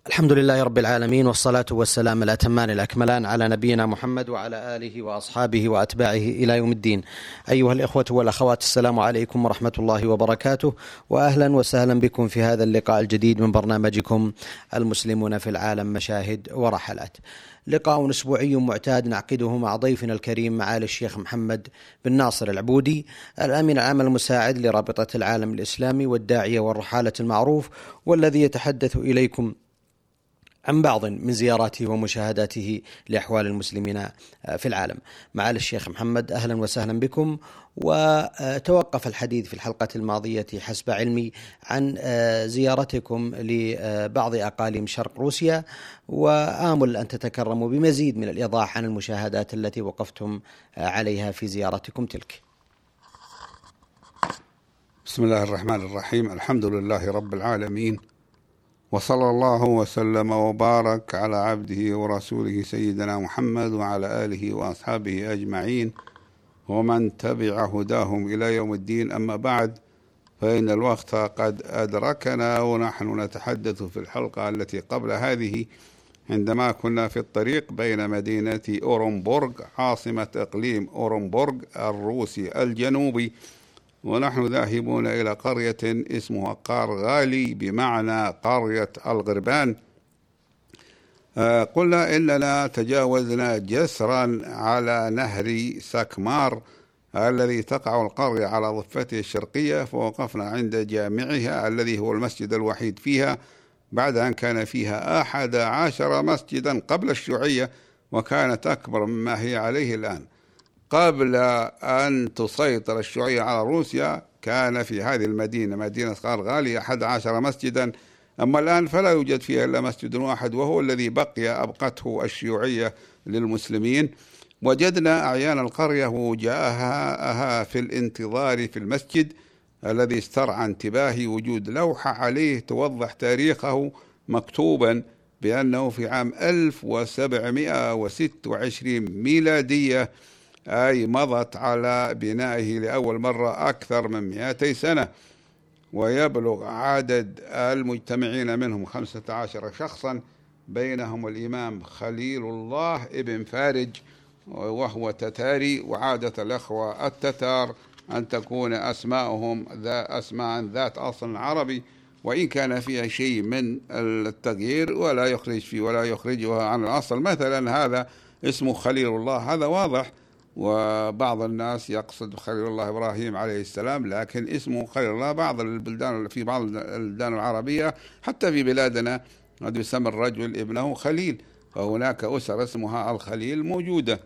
الحمد لله رب العالمين، والصلاة والسلام الأتمان الأكملان على نبينا محمد وعلى آله وأصحابه وأتباعه إلى يوم الدين. أيها الإخوة والأخوات، السلام عليكم ورحمة الله وبركاته، وأهلا وسهلا بكم في هذا اللقاء الجديد من برنامجكم المسلمون في العالم مشاهد ورحلات. لقاء أسبوعي معتاد نعقده مع ضيفنا الكريم معالي الشيخ محمد بن ناصر العبودي، الأمين العام المساعد لرابطة العالم الإسلامي والداعية والرحالة المعروف، والذي يتحدث إليكم عن بعض من زياراته ومشاهداته لأحوال المسلمين في العالم. معالي الشيخ محمد، أهلا وسهلا بكم. وتوقف الحديث في الحلقة الماضية حسب علمي عن زيارتكم لبعض أقاليم شرق روسيا، وآمل أن تتكرموا بمزيد من الإيضاح عن المشاهدات التي وقفتم عليها في زيارتكم تلك. بسم الله الرحمن الرحيم. الحمد لله رب العالمين، وصلى الله وسلم وبارك على عبده ورسوله سيدنا محمد وعلى آله وأصحابه أجمعين ومن تبع هداهم إلى يوم الدين. أما بعد، فإن الوقت قد أدركنا ونحن نتحدث في الحلقة التي قبل هذه عندما كنا في الطريق بين مدينة أورنبورغ عاصمة إقليم أورنبورغ الروسي الجنوبي، ونحن ذاهبون إلى قرية اسمها قارغالي بمعنى قرية الغربان. قلنا إننا تجاوزنا جسرا على نهر ساكمار الذي تقع القرية على ضفته الشرقية، فوقفنا عند جامعها الذي هو المسجد الوحيد فيها، بعد أن كان فيها 11 مسجدا قبل الشيوعية، وكانت أكبر مما هي عليه الآن. قبل أن تسيطر الشيوعية على روسيا كان في هذه المدينة، مدينة قارغالي، 11 مسجدا، أما الآن فلا يوجد فيها إلا مسجد واحد، وهو الذي أبقته الشيوعية للمسلمين. وجدنا أعيان القرية وجاءها في الانتظار في المسجد الذي استرعى انتباهي وجود لوحة عليه توضح تاريخه، مكتوبا بأنه في عام 1726 ميلادية، أي مضت على بنائه لأول مرة أكثر من 200 سنة، ويبلغ عدد المجتمعين منهم 15 شخصا، بينهم الإمام خليل الله ابن فارج وهو تتاري، وعادة الأخوة التتار أن تكون أسماءهم أسماء ذات أصل عربي، وإن كان فيها شيء من التغيير ولا يخرجها عن الأصل. مثلا هذا اسمه خليل الله، هذا واضح، وبعض الناس يقصد خليل الله إبراهيم عليه السلام، لكن اسمه خليل الله. بعض البلدان، في بعض البلدان العربية حتى في بلادنا قد يسمى الرجل ابنه خليل، فهناك أسر اسمها الخليل موجودة.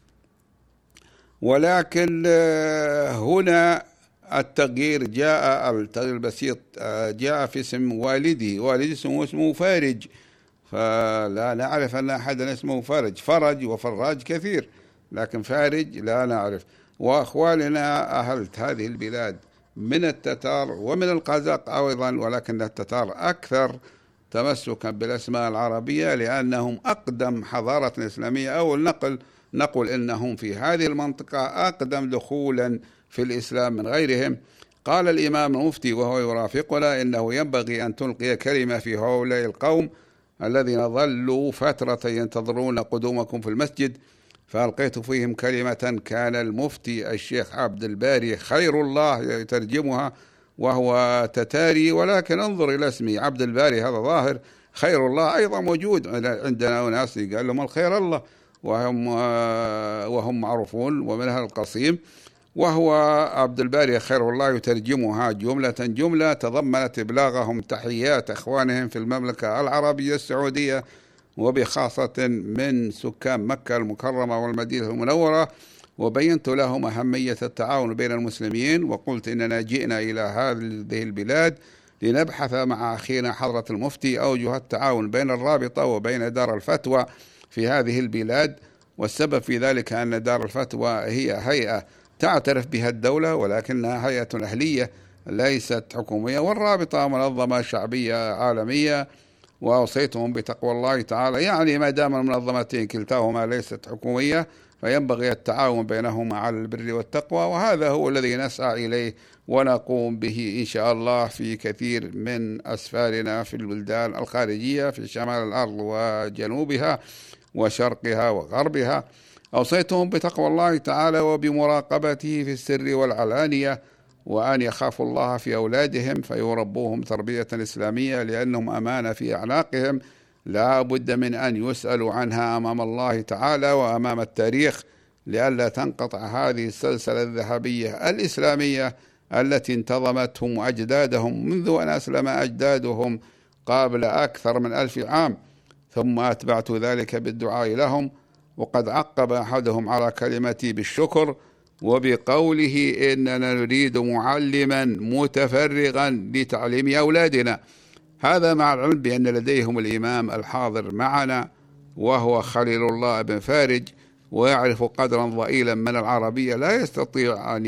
ولكن هنا التغيير جاء، التغيير البسيط جاء في اسم والدي اسمه فارج، فلا نعرف أن أحدا اسمه فارج. فرج وفراج كثير، لكن فارج لا نعرف. وأخوالنا أهل هذه البلاد من التتار ومن القزاق أيضا، ولكن التتار أكثر تمسكا بالأسماء العربية لأنهم أقدم حضارة إسلامية، أو نقول إنهم في هذه المنطقة أقدم دخولا في الإسلام من غيرهم. قال الإمام المفتي وهو يرافقنا إنه ينبغي أن تلقي كلمة في هؤلاء القوم الذين ظلوا فترة ينتظرون قدومكم في المسجد، فألقيت فيهم كلمة كان المفتي الشيخ عبد الباري خير الله يترجمها، وهو تتاري، ولكن انظر إلى اسمي عبد الباري، هذا ظاهر. خير الله أيضا موجود عندنا أناس قال لهم الخير الله، وهم معروفون ومن أهل القصيم، وهو عبد الباري خير الله يترجمها جملة تضمنت إبلاغهم تحيات إخوانهم في المملكة العربية السعودية، وبخاصة من سكان مكة المكرمة والمدينة المنورة، وبينت لهم أهمية التعاون بين المسلمين، وقلت إننا جئنا إلى هذه البلاد لنبحث مع أخينا حضرة المفتي أوجه التعاون بين الرابطة وبين دار الفتوى في هذه البلاد. والسبب في ذلك أن دار الفتوى هي هيئة تعترف بها الدولة، ولكنها هيئة أهلية ليست حكومية، والرابطة منظمة شعبية عالمية، وأوصيتهم بتقوى الله تعالى. يعني ما دام المنظمتين كلتاهما ليست حكومية فينبغي التعاون بينهما على البر والتقوى، وهذا هو الذي نسعى إليه ونقوم به إن شاء الله في كثير من أسفارنا في البلدان الخارجية في شمال الأرض وجنوبها وشرقها وغربها. أوصيتهم بتقوى الله تعالى وبمراقبته في السر والعلانية، وأن يخافوا الله في أولادهم فيربوهم تربية إسلامية، لأنهم أمانة في أعناقهم لا بد من أن يسألوا عنها أمام الله تعالى وأمام التاريخ، لئلا تنقطع هذه السلسلة الذهبية الإسلامية التي انتظمتهم أجدادهم منذ أن أسلم أجدادهم قبل أكثر من 1000 عام. ثم أتبعت ذلك بالدعاء لهم، وقد عقب أحدهم على كلمتي بالشكر وبقوله إننا نريد معلما متفرغا لتعليم أولادنا. هذا مع العلم بأن لديهم الإمام الحاضر معنا وهو خليل الله بن فارج، ويعرف قدرا ضئيلا من العربية لا يستطيع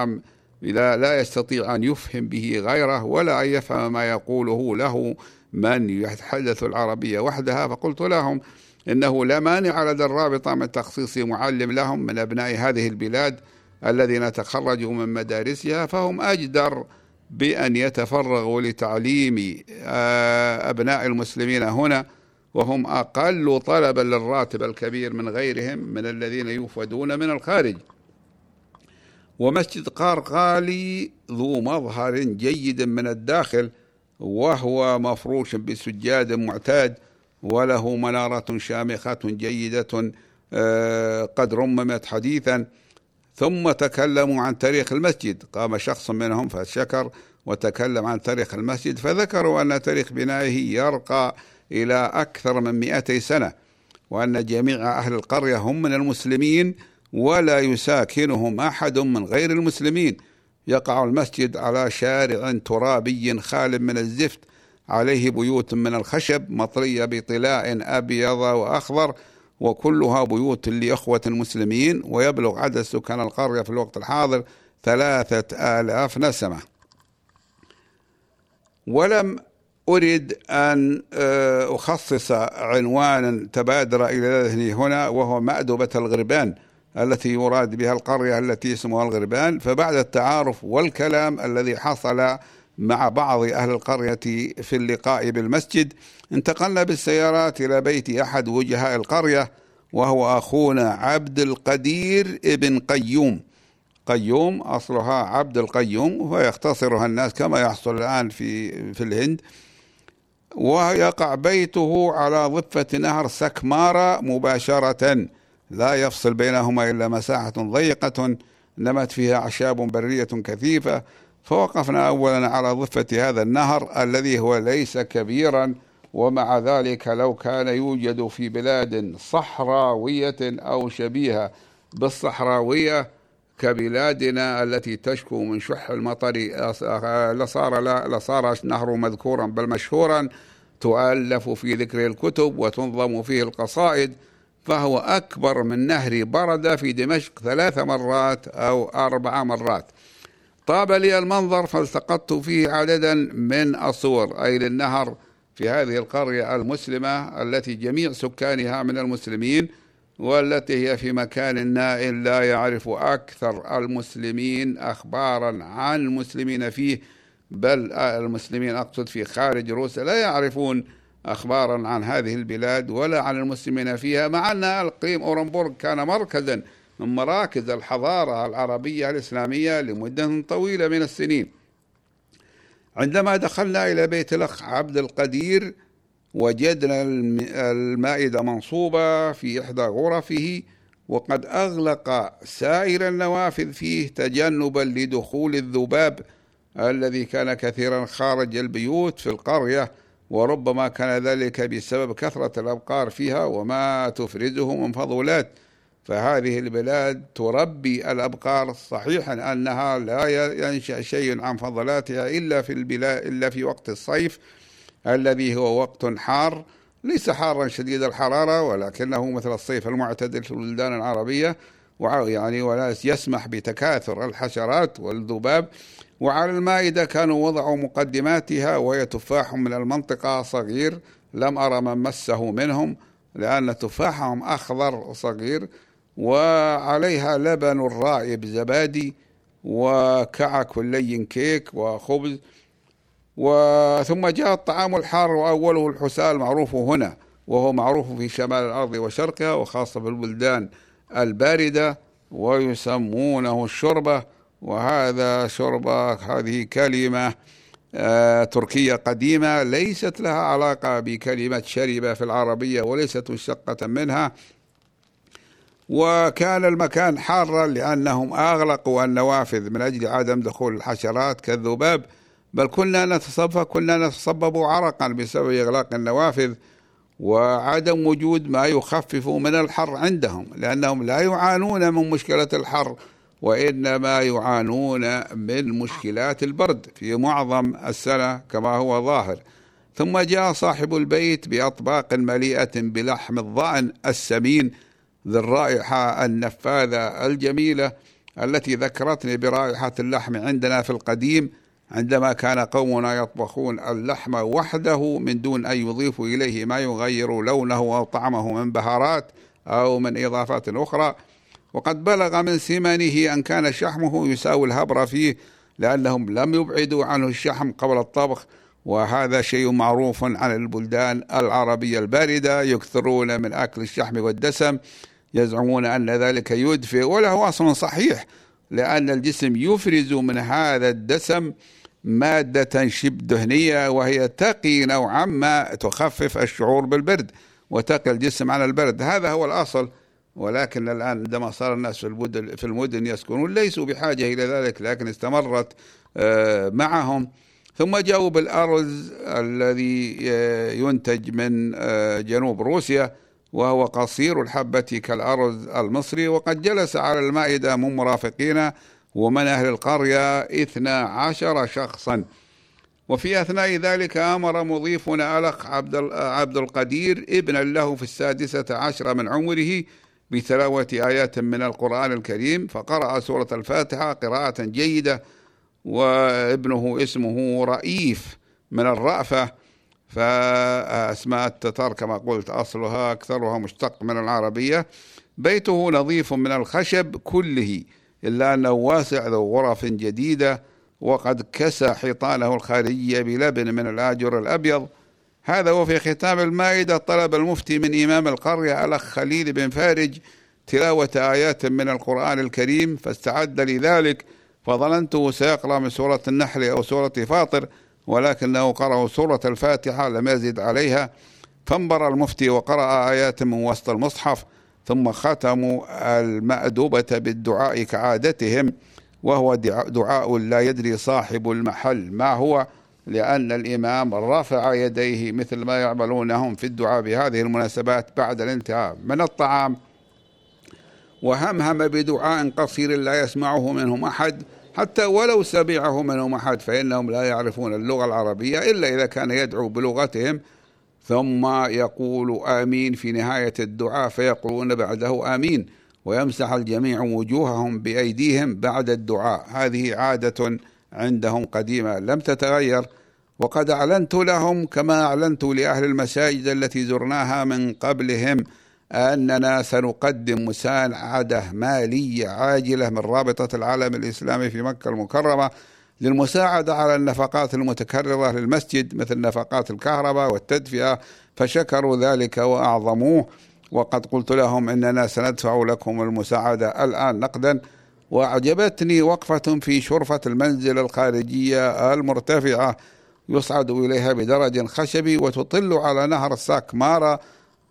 أن يفهم به غيره، ولا أن يفهم ما يقوله له من يتحدث العربية وحدها. فقلت لهم إنه لا مانع لدى الرابطة من تخصيص معلم لهم من أبناء هذه البلاد الذين تخرجوا من مدارسها، فهم أجدر بأن يتفرغوا لتعليم أبناء المسلمين هنا، وهم أقل طلبا للراتب الكبير من غيرهم من الذين يوفدون من الخارج. ومسجد قارقالي ذو مظهر جيد من الداخل، وهو مفروش بسجاد معتاد، وله منارة شامخة جيدة قد رممت حديثا. ثم تكلموا عن تاريخ المسجد، قام شخص منهم فشكر وتكلم عن تاريخ المسجد، فذكروا أن تاريخ بنائه يرقى إلى أكثر من 200 سنة، وأن جميع أهل القرية هم من المسلمين ولا يساكنهم أحد من غير المسلمين. يقع المسجد على شارع ترابي خال من الزفت، عليه بيوت من الخشب مطرية بطلاء أبيض وأخضر، وكلها بيوت لإخوة المسلمين، ويبلغ عدد سكان القرية في الوقت الحاضر 3000 نسمة. ولم أرد أن أخصص عنوانا تبادر إلى ذهني هنا، وهو مأدبة الغربان التي يراد بها القرية التي اسمها الغربان. فبعد التعارف والكلام الذي حصل مع بعض أهل القرية في اللقاء بالمسجد، انتقلنا بالسيارات إلى بيت أحد وجهاء القرية، وهو أخونا عبد القدير ابن قيوم. قيوم أصلها عبد القيوم، ويختصرها الناس كما يحصل الآن في الهند. ويقع بيته على ضفة نهر سكمارا مباشرة، لا يفصل بينهما إلا مساحة ضيقة نمت فيها أعشاب برية كثيفة. فوقفنا أولا على ضفة هذا النهر الذي هو ليس كبيرا، ومع ذلك لو كان يوجد في بلاد صحراوية أو شبيهة بالصحراوية كبلادنا التي تشكو من شح المطر لصار نهر مذكورا بل مشهورا، تؤلف في ذكر الكتب وتنظم فيه القصائد، فهو أكبر من نهر بردة في دمشق 3 مرات أو 4 مرات. طاب لي المنظر فالتقطت فيه عددا من الصور أي للنهر في هذه القرية المسلمة التي جميع سكانها من المسلمين، والتي هي في مكان نائل لا يعرف أكثر المسلمين أخبارا عن المسلمين فيه، بل المسلمين أقصد في خارج روسيا لا يعرفون أخبارا عن هذه البلاد ولا عن المسلمين فيها، مع أن الإقليم أورنبورغ كان مركزا من مراكز الحضارة العربية الإسلامية لمدة طويلة من السنين. عندما دخلنا إلى بيت الأخ عبد القدير وجدنا المائدة منصوبة في إحدى غرفه، وقد أغلق سائر النوافذ فيه تجنبا لدخول الذباب الذي كان كثيرا خارج البيوت في القرية، وربما كان ذلك بسبب كثرة الأبقار فيها وما تفرزه من فضولات. فهذه البلاد تربي الأبقار، صحيحا أنها لا ينشأ شيء عن فضلاتها إلا في وقت الصيف الذي هو وقت حار، ليس حارا شديد الحرارة ولكنه مثل الصيف المعتدل في البلدان العربية، ولا يسمح بتكاثر الحشرات والذباب. وعلى المائدة كانوا وضعوا مقدماتها، وهي تفاح من المنطقة صغير لم أرى من مسه منهم، لأن تفاحهم أخضر صغير، وعليها لبن رائب زبادي وكعك لين كيك وخبز. ثم جاء الطعام الحار وأوله الحساء المعروف هنا، وهو معروف في شمال الأرض وشرقها وخاصة في البلدان الباردة، ويسمونه الشوربة. وهذا شوربة، هذه كلمة تركية قديمة ليست لها علاقة بكلمة شرب في العربية، وليست مشتقة منها. وكان المكان حارا لأنهم أغلقوا النوافذ من أجل عدم دخول الحشرات كالذباب، بل كنا نتصبب عرقا بسبب إغلاق النوافذ وعدم وجود ما يخفف من الحر عندهم، لأنهم لا يعانون من مشكلة الحر، وإنما يعانون من مشكلات البرد في معظم السنة كما هو ظاهر. ثم جاء صاحب البيت بأطباق مليئة بلحم الضأن السمين ذي الرائحة النفاذة الجميلة التي ذكرتني برائحة اللحم عندنا في القديم، عندما كان قومنا يطبخون اللحم وحده من دون أن يضيفوا إليه ما يغير لونه أو طعمه من بهارات أو من إضافات أخرى. وقد بلغ من سمنه أن كان شحمه يساوي الهبر فيه، لأنهم لم يبعدوا عنه الشحم قبل الطبخ، وهذا شيء معروف عن البلدان العربية الباردة، يكثرون من أكل الشحم والدسم، يزعمون أن ذلك يدفئ، وله أصل صحيح، لأن الجسم يفرز من هذا الدسم مادة شبه دهنية، وهي تقي نوعا ما تخفف الشعور بالبرد وتقي الجسم عن البرد. هذا هو الأصل. ولكن الآن عندما صار الناس في المدن يسكنون ليسوا بحاجة إلى ذلك، لكن استمرت معهم. ثم جاءوا بالأرز الذي ينتج من جنوب روسيا، وهو قصير الحبة كالأرز المصري. وقد جلس على المائدة من مرافقين ومن أهل القرية 12 شخصا. وفي أثناء ذلك أمر مضيفنا الأخ عبد القدير ابنا له في 16 من عمره بتلاوة آيات من القرآن الكريم، فقرأ سورة الفاتحة قراءة جيدة. وابنه اسمه رئيف من الرأفة، فأسماء التتار كما قلت أصلها أكثرها مشتق من العربية. بيته نظيف من الخشب كله، إلا أنه واسع ذو غرف جديدة، وقد كسى حيطانه الخارجية بلبن من الآجر الأبيض. هذا وفي ختام المائدة طلب المفتي من إمام القرية الأخ خليل بن فارج تلاوة آيات من القرآن الكريم، فاستعد لذلك، فظننته سيقرأ من سورة النحل أو سورة فاطر، ولكنه قرأ سورة الفاتحة لم يزد عليها. فانبر المفتي وقرأ آيات من وسط المصحف، ثم ختموا المأدوبة بالدعاء كعادتهم، وهو دعاء لا يدري صاحب المحل ما هو، لأن الإمام رفع يديه مثل ما يعملونهم في الدعاء بهذه المناسبات بعد الانتهاء من الطعام، وهمهم بدعاء قصير لا يسمعه منهم أحد، حتى ولو سمعه منهم أحد فإنهم لا يعرفون اللغة العربية إلا إذا كان يدعو بلغتهم، ثم يقول آمين في نهاية الدعاء، فيقولون بعده آمين، ويمسح الجميع وجوههم بأيديهم بعد الدعاء. هذه عادة عندهم قديمة لم تتغير. وقد أعلنت لهم كما أعلنت لأهل المساجد التي زرناها من قبلهم أننا سنقدم مساعدة مالية عاجلة من رابطة العالم الإسلامي في مكة المكرمة للمساعدة على النفقات المتكررة للمسجد، مثل نفقات الكهرباء والتدفئة، فشكروا ذلك وأعظموه. وقد قلت لهم إننا سندفع لكم المساعدة الآن نقدا. وأعجبتني وقفة في شرفة المنزل الخارجية المرتفعة يصعد إليها بدرج خشبي وتطل على نهر ساكمارا.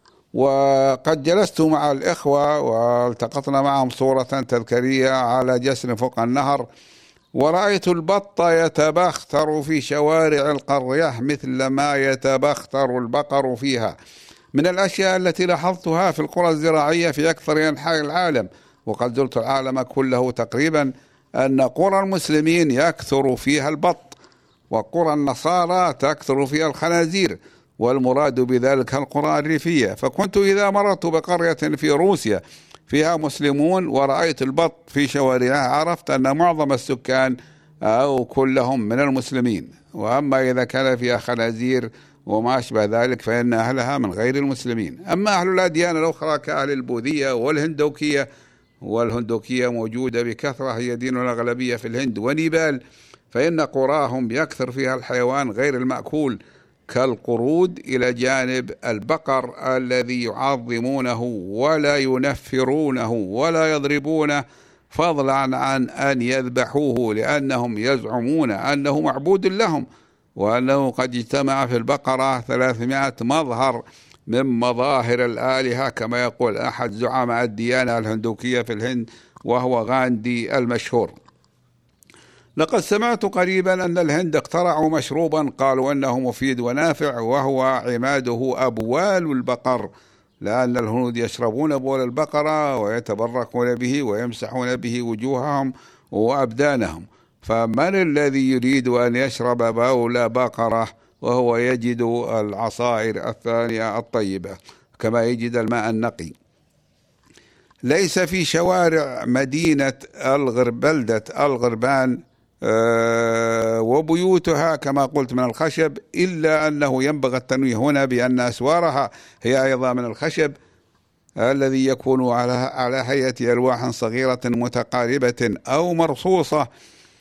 وقد جلست مع الإخوة والتقطنا معهم صورة تذكارية على جسر فوق النهر، ورأيت البط يتبختر في شوارع القرية مثل ما يتبختر البقر فيها. من الأشياء التي لاحظتها في القرى الزراعية في أكثر أنحاء العالم، وقد زرت العالم كله تقريبا، أن قرى المسلمين يكثر فيها البط، وقرى النصارى تكثر فيها الخنازير، والمراد بذلك القرى الريفية. فكنت إذا مررت بقرية في روسيا فيها مسلمون ورأيت البط في شوارعها عرفت أن معظم السكان أو كلهم من المسلمين. وأما إذا كان فيها خنازير وما أشبه ذلك، فإن أهلها من غير المسلمين. أما أهل الأديان الأخرى كأهل البوذية والهندوكية موجودة بكثرة، هي دين الأغلبية في الهند ونيبال، فإن قراهم يكثر فيها الحيوان غير المأكول كالقرود، إلى جانب البقر الذي يعظمونه ولا ينفرونه ولا يضربونه، فضلا عن أن يذبحوه، لأنهم يزعمون أنه معبود لهم، وأنه قد اجتمع في البقرة 300 مظهر من مظاهر الآلهة، كما يقول أحد زعماء الديانة الهندوكية في الهند وهو غاندي المشهور. لقد سمعت قريبا أن الهند اخترعوا مشروبا قالوا أنه مفيد ونافع، وهو عماده أبوال البقر، لأن الهنود يشربون بول البقرة ويتبركون به ويمسحون به وجوههم وأبدانهم، فمن الذي يريد أن يشرب بول بقرة وهو يجد العصائر الثانية الطيبة كما يجد الماء النقي؟ ليس في شوارع مدينة بلدة الغربان وبيوتها كما قلت من الخشب، إلا أنه ينبغي التنويه هنا بأن أسوارها هي أيضا من الخشب الذي يكون على هيئة ألواح صغيرة متقاربة أو مرصوصة،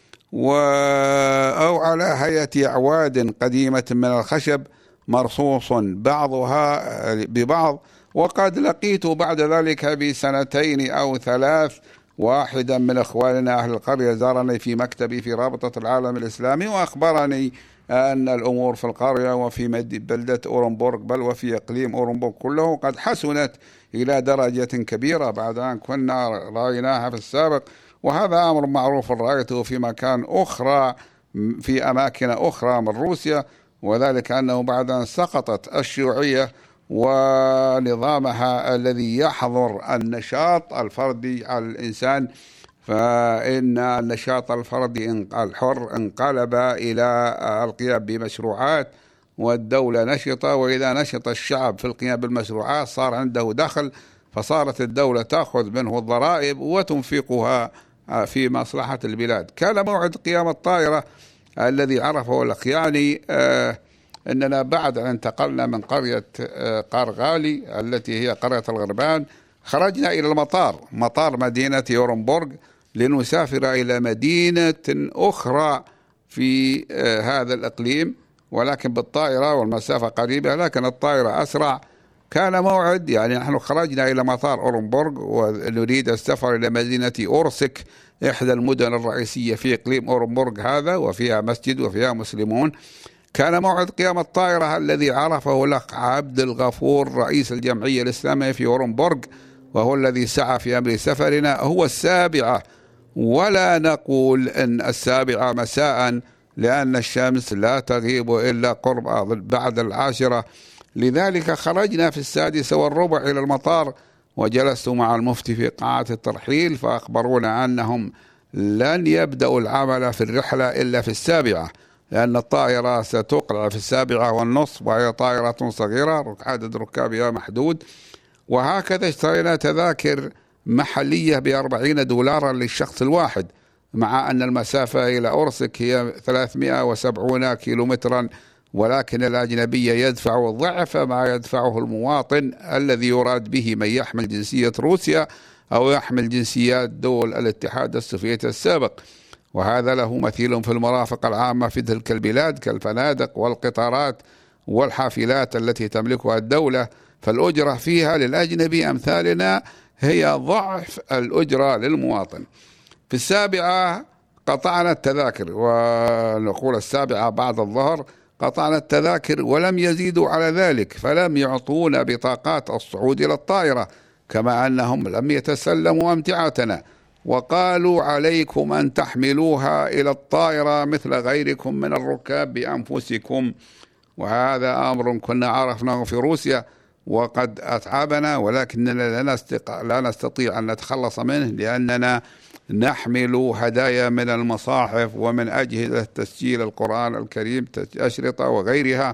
أو على هيئة أعواد قديمة من الخشب مرصوص بعضها ببعض. وقد لقيت بعد ذلك ب2 أو 3 واحدا من أخواننا أهل القرية زارني في مكتبي في رابطة العالم الإسلامي، وأخبرني أن الأمور في القرية وفي بلدة أورنبورغ بل وفي إقليم أورنبورغ كله قد حسنت إلى درجة كبيرة بعد أن كنا رأيناها في السابق، وهذا أمر معروف رأيته في أماكن أخرى من روسيا، وذلك أنه بعد أن سقطت الشيوعية ونظامها الذي يحظر النشاط الفردي على الإنسان، فإن النشاط الفردي الحر انقلب إلى القيام بمشروعات، والدولة نشطة، وإذا نشط الشعب في القيام بالمشروعات صار عنده دخل، فصارت الدولة تأخذ منه الضرائب وتنفقها في مصلحة البلاد. كان موعد قيام الطائرة الذي عرفه الأخياني أننا بعد أن انتقلنا من قرية قارغالي التي هي قرية الغربان خرجنا إلى مطار مدينة أورنبورغ لنسافر إلى مدينة أخرى في هذا الإقليم، ولكن بالطائرة، والمسافة قريبة لكن الطائرة أسرع. كان موعد، يعني نحن خرجنا إلى مطار أورنبورغ ونريد السفر إلى مدينة أورسك، إحدى المدن الرئيسية في إقليم أورنبورغ هذا، وفيها مسجد وفيها مسلمون. كان موعد قيام الطائرة الذي عرفه الأخ عبد الغفور رئيس الجمعية الإسلامية في أورنبورغ، وهو الذي سعى في أمر سفرنا، هو 7، ولا نقول أن 7 مساء لأن الشمس لا تغيب إلا قرب بعد 10. لذلك خرجنا في 6:15 إلى المطار، وجلست مع المفتي في قاعة الترحيل، فأخبرونا أنهم لن يبدأوا العمل في الرحلة إلا في 7، لأن الطائرة ستقلع في 7:30، وهي طائرة صغيرة عدد ركابها محدود. وهكذا اشترينا تذاكر محلية ب$40 للشخص الواحد، مع أن المسافة إلى أورسك هي 370 كيلومترا، ولكن الأجنبي يدفع ضعف ما يدفعه المواطن الذي يراد به من يحمل جنسية روسيا أو يحمل جنسيات دول الاتحاد السوفيتي السابق. وهذا له مثيل في المرافق العامة في تلك البلاد كالفنادق والقطارات والحافلات التي تملكها الدولة، فالأجرة فيها للأجنبي أمثالنا هي ضعف الأجرة للمواطن. في 7 قطعنا التذاكر، ونقول 7 بعد الظهر قطعنا التذاكر، ولم يزيدوا على ذلك، فلم يعطونا بطاقات الصعود إلى الطائرة، كما أنهم لم يتسلموا أمتعتنا، وقالوا عليكم أن تحملوها إلى الطائرة مثل غيركم من الركاب بأنفسكم. وهذا أمر كنا عرفناه في روسيا وقد أتعبنا، ولكننا لا نستطيع أن نتخلص منه، لأننا نحمل هدايا من المصاحف ومن أجهزة تسجيل القرآن الكريم، أشرطة وغيرها،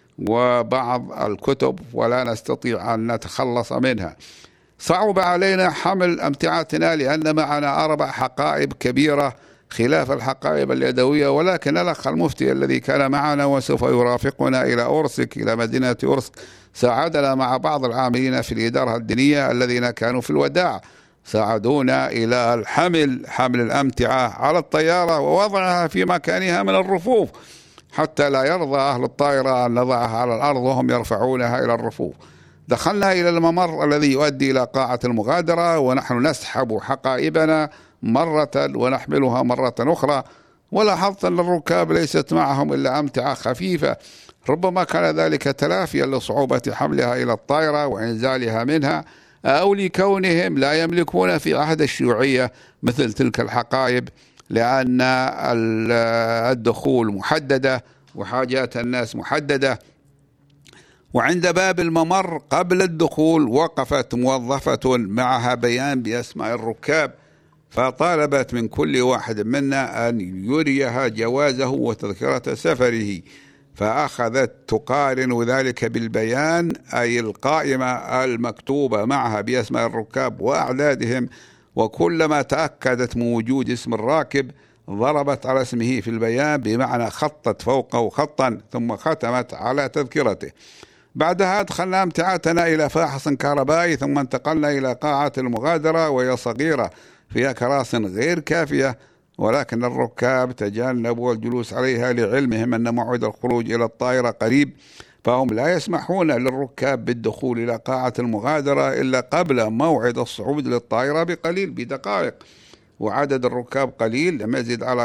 وبعض الكتب، ولا نستطيع أن نتخلص منها. صعب علينا حمل أمتعتنا لأن معنا 4 حقائب كبيرة خلاف الحقائب اليدوية. ولكن الأخ المفتي الذي كان معنا وسوف يرافقنا إلى أورسك، إلى مدينة أورسك، ساعدنا مع بعض العاملين في الإدارة الدينية الذين كانوا في الوداع، ساعدونا إلى حمل الأمتعة على الطيارة ووضعها في مكانها من الرفوف، حتى لا يرضى أهل الطائرة أن نضعها على الأرض وهم يرفعونها إلى الرفوف. دخلنا إلى الممر الذي يؤدي إلى قاعة المغادرة، ونحن نسحب حقائبنا مرة ونحملها مرة أخرى، ولاحظت أن الركاب ليست معهم إلا أمتعة خفيفة، ربما كان ذلك تلافيا لصعوبة حملها إلى الطائرة وإنزالها منها، أو لكونهم لا يملكون في عهد الشيوعية مثل تلك الحقائب، لأن الدخول محددة وحاجات الناس محددة. وعند باب الممر قبل الدخول وقفت موظفة معها بيان بأسماء الركاب، فطالبت من كل واحد منا أن يريها جوازه وتذكرة سفره، فأخذت تقارن ذلك بالبيان، أي القائمة المكتوبة معها بأسماء الركاب وأعدادهم، وكلما تأكدت من وجود اسم الراكب ضربت على اسمه في البيان، بمعنى خطت فوقه خطا ثم ختمت على تذكرته. بعدها أدخلنا أمتعتنا إلى فاحص كهربائي، ثم انتقلنا إلى قاعة المغادرة، وهي صغيرة فيها كراسي غير كافية، ولكن الركاب تجنبوا الجلوس عليها لعلمهم أن موعد الخروج إلى الطائرة قريب، فهم لا يسمحون للركاب بالدخول إلى قاعة المغادرة إلا قبل موعد الصعود للطائرة بقليل، بدقائق. وعدد الركاب قليل، لم يزد على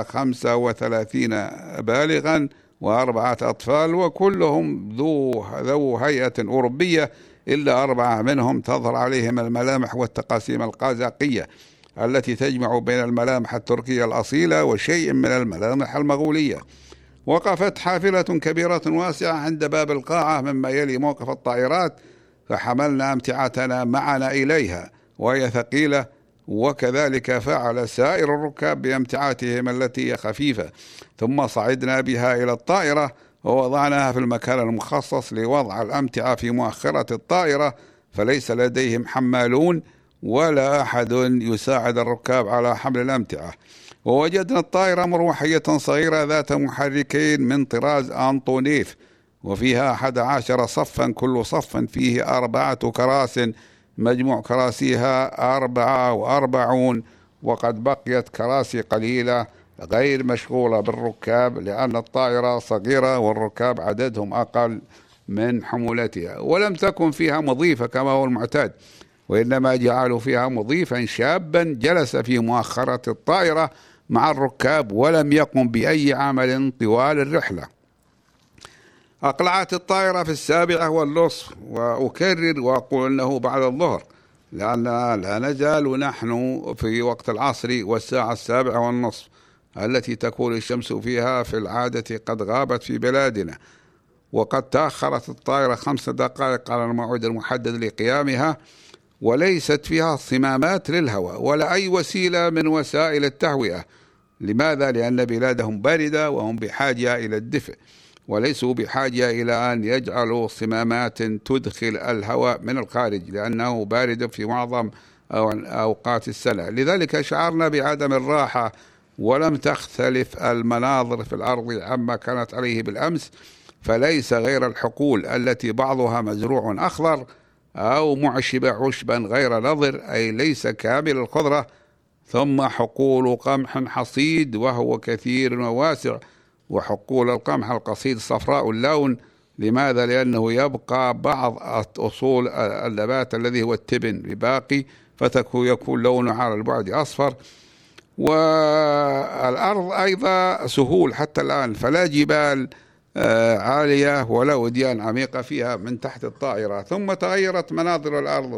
35 بالغا و4 أطفال، وكلهم ذو هيئة أوروبية، إلا 4 منهم تظهر عليهم الملامح والتقاسيم القازقية التي تجمع بين الملامح التركية الأصيلة وشيء من الملامح المغولية. وقفت حافلة كبيرة واسعة عند باب القاعة مما يلي موقف الطائرات، فحملنا أمتعتنا معنا إليها وهي ثقيلة، وكذلك فعل سائر الركاب بأمتعاتهم التي هي خفيفة. ثم صعدنا بها إلى الطائرة ووضعناها في المكان المخصص لوضع الأمتعة في مؤخرة الطائرة، فليس لديهم حمالون ولا أحد يساعد الركاب على حمل الأمتعة. ووجدنا الطائرة مروحية صغيرة ذات محركين من طراز أنطونيف، وفيها 11 صفا، كل صف فيه 4 كراس، مجموع كراسيها 44، وقد بقيت كراسي قليلة غير مشغولة بالركاب، لأن الطائرة صغيرة والركاب عددهم أقل من حمولتها. ولم تكن فيها مضيفة كما هو المعتاد، وإنما جعلوا فيها مضيفا شابا جلس في مؤخرة الطائرة مع الركاب، ولم يقم بأي عمل طوال الرحلة. أقلعت الطائرة في 7:15، وأكرر وأقول أنه بعد الظهر، لأننا لا نزال نحن في وقت العصر والساعة 7:30 التي تكون الشمس فيها في العادة قد غابت في بلادنا، وقد تأخرت الطائرة 5 دقائق على الموعد المحدد لقيامها، وليست فيها صمامات للهواء ولا أي وسيلة من وسائل التهوية. لماذا؟ لأن بلادهم باردة وهم بحاجة إلى الدفء، وليسوا بحاجة إلى أن يجعلوا صمامات تدخل الهواء من الخارج، لأنه بارد في معظم أوقات السنة. لذلك شعرنا بعدم الراحة، ولم تختلف المناظر في الأرض عما كانت عليه بالأمس، فليس غير الحقول التي بعضها مزروع أخضر أو معشب عشبا غير نضر، أي ليس كامل الخضرة، ثم حقول قمح حصيد وهو كثير وواسع، وحقول القمح القصيد صفراء اللون. لماذا؟ لأنه يبقى بعض أصول النبات الذي هو التبن بباقي، يكون لونه على البعد أصفر. والأرض أيضا سهول حتى الآن، فلا جبال عالية ولا وديان عميقة فيها من تحت الطائرة. ثم تغيرت مناظر الأرض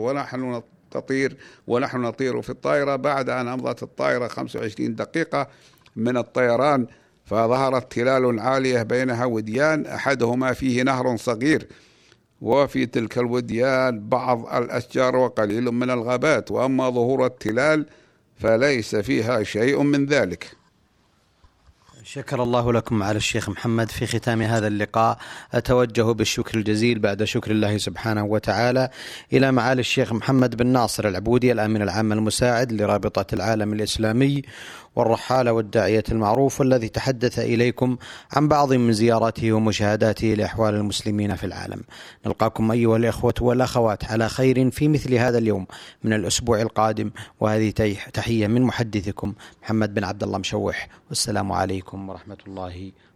ونحن نطير في الطائرة بعد أن أمضت الطائرة 25 دقيقة من الطيران، فظهرت تلال عالية بينها وديان، أحدهما فيه نهر صغير، وفي تلك الوديان بعض الأشجار وقليل من الغابات، وأما ظهور التلال فليس فيها شيء من ذلك. شكر الله لكم على الشيخ محمد. في ختام هذا اللقاء أتوجه بالشكر الجزيل بعد شكر الله سبحانه وتعالى إلى معالي الشيخ محمد بن ناصر العبودي، الأمين العام المساعد لرابطة العالم الإسلامي، والرحالة والداعية المعروف، والذي تحدث إليكم عن بعض من زياراته ومشاهداته لأحوال المسلمين في العالم. نلقاكم أيها الإخوة والأخوات على خير في مثل هذا اليوم من الأسبوع القادم، وهذه تحية من محدثكم محمد بن عبد الله مشوح، والسلام عليكم ورحمة الله